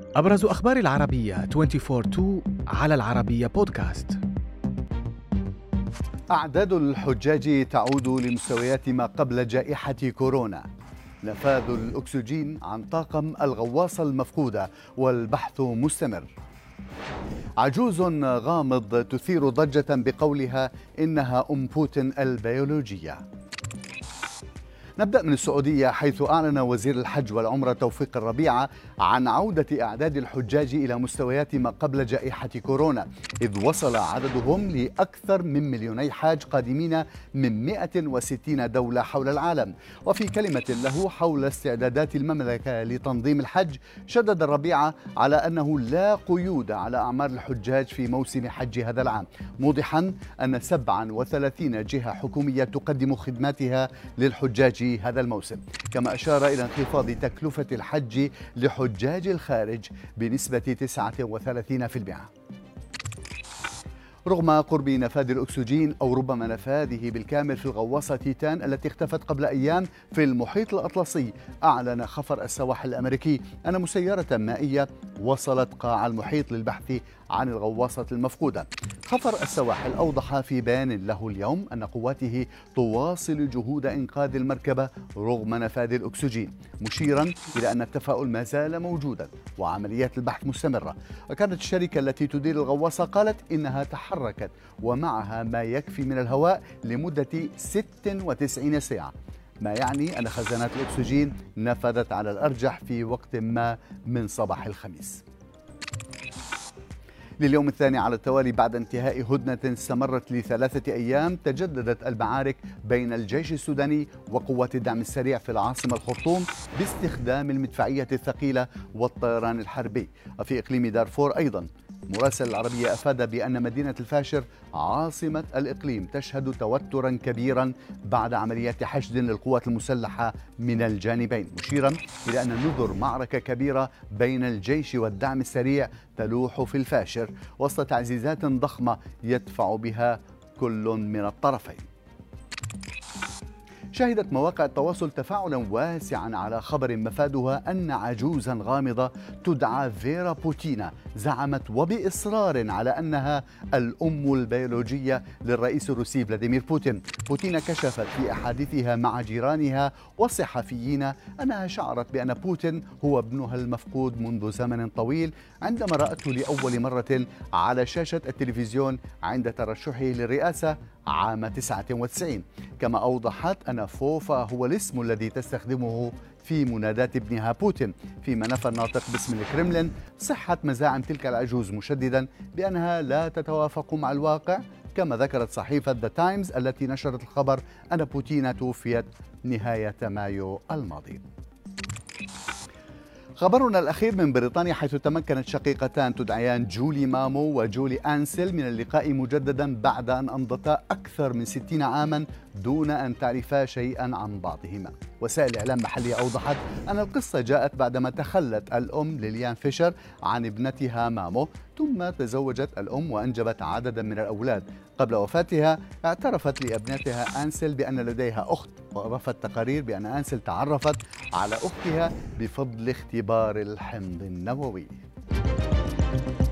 أبرز أخبار العربية 24/2 على العربية بودكاست. أعداد الحجاج تعود لمستويات ما قبل جائحة كورونا. نفاذ الأكسجين عن طاقم الغواصة المفقودة والبحث مستمر. عجوز غامض تثير ضجة بقولها إنها أم بوتين البيولوجية. نبدأ من السعودية، حيث أعلن وزير الحج والعمرة توفيق الربيعة عن عودة أعداد الحجاج إلى مستويات ما قبل جائحة كورونا، إذ وصل عددهم لأكثر من 2,000,000 حاج قادمين من 160 دولة حول العالم. وفي كلمة له حول استعدادات المملكة لتنظيم الحج، شدد الربيعة على أنه لا قيود على أعمار الحجاج في موسم حج هذا العام، موضحا أن 37 جهة حكومية تقدم خدماتها للحجاج هذا الموسم. كما أشار إلى انخفاض تكلفة الحج لحجاج الخارج بنسبة 39%. رغم قرب نفاذ الأكسجين أو ربما نفاذه بالكامل في الغواصة تيتان التي اختفت قبل أيام في المحيط الأطلسي، أعلن خفر السواحل الأمريكي أن مسيرة مائية وصلت قاع المحيط للبحث عن الغواصة المفقودة. خفر السواحل أوضح في بيان له اليوم أن قواته تواصل جهود إنقاذ المركبة رغم نفاذ الأكسجين، مشيرا إلى أن التفاؤل ما زال موجودا وعمليات البحث مستمرة. وكانت الشركة التي تدير الغواصة قالت إنها تحركت ومعها ما يكفي من الهواء لمدة 96 ساعة، ما يعني أن خزانات الأكسجين نفذت على الأرجح في وقت ما من صباح الخميس. لليوم الثاني على التوالي بعد انتهاء هدنة استمرت ل3 أيام، تجددت المعارك بين الجيش السوداني وقوات الدعم السريع في العاصمة الخرطوم باستخدام المدفعية الثقيلة والطيران الحربي. وفي إقليم دارفور أيضا، مراسل العربية أفاد بأن مدينة الفاشر عاصمة الإقليم تشهد توترا كبيرا بعد عمليات حشد للقوات المسلحة من الجانبين، مشيرا إلى أن نذر معركة كبيرة بين الجيش والدعم السريع تلوح في الفاشر وسط تعزيزات ضخمة يدفع بها كل من الطرفين. شهدت مواقع التواصل تفاعلا واسعا على خبر مفادها أن عجوزا غامضة تدعى فيرا بوتينا زعمت وبإصرار على أنها الأم البيولوجية للرئيس الروسي فلاديمير بوتين. بوتينا كشفت في أحاديثها مع جيرانها والصحفيين أنها شعرت بأن بوتين هو ابنها المفقود منذ زمن طويل، عندما رأته لأول مرة على شاشة التلفزيون عند ترشحه للرئاسة عام 99. كما أوضحت أن فوفا هو الاسم الذي تستخدمه في مناداة ابنها بوتين، فيما نفى الناطق باسم الكرملين صحة مزاعم تلك العجوز، مشددا بأنها لا تتوافق مع الواقع. كما ذكرت صحيفة ذا تايمز التي نشرت الخبر أن بوتين توفيت نهاية مايو الماضي. خبرنا الأخير من بريطانيا، حيث تمكنت شقيقتان تدعيان جولي مامو وجولي أنسل من اللقاء مجددا بعد أن أمضتا أكثر من 60 عاما دون أن تعرفا شيئا عن بعضهما. وسائل إعلام محلية أوضحت أن القصة جاءت بعدما تخلت الأم ليليان فيشر عن ابنتها مامو، ثم تزوجت الأم وأنجبت عددا من الأولاد. قبل وفاتها اعترفت لابنتها أنسل بأن لديها أخت، وأضافت تقارير بأن أنسل تعرفت على أختها بفضل اختبار الحمض النووي.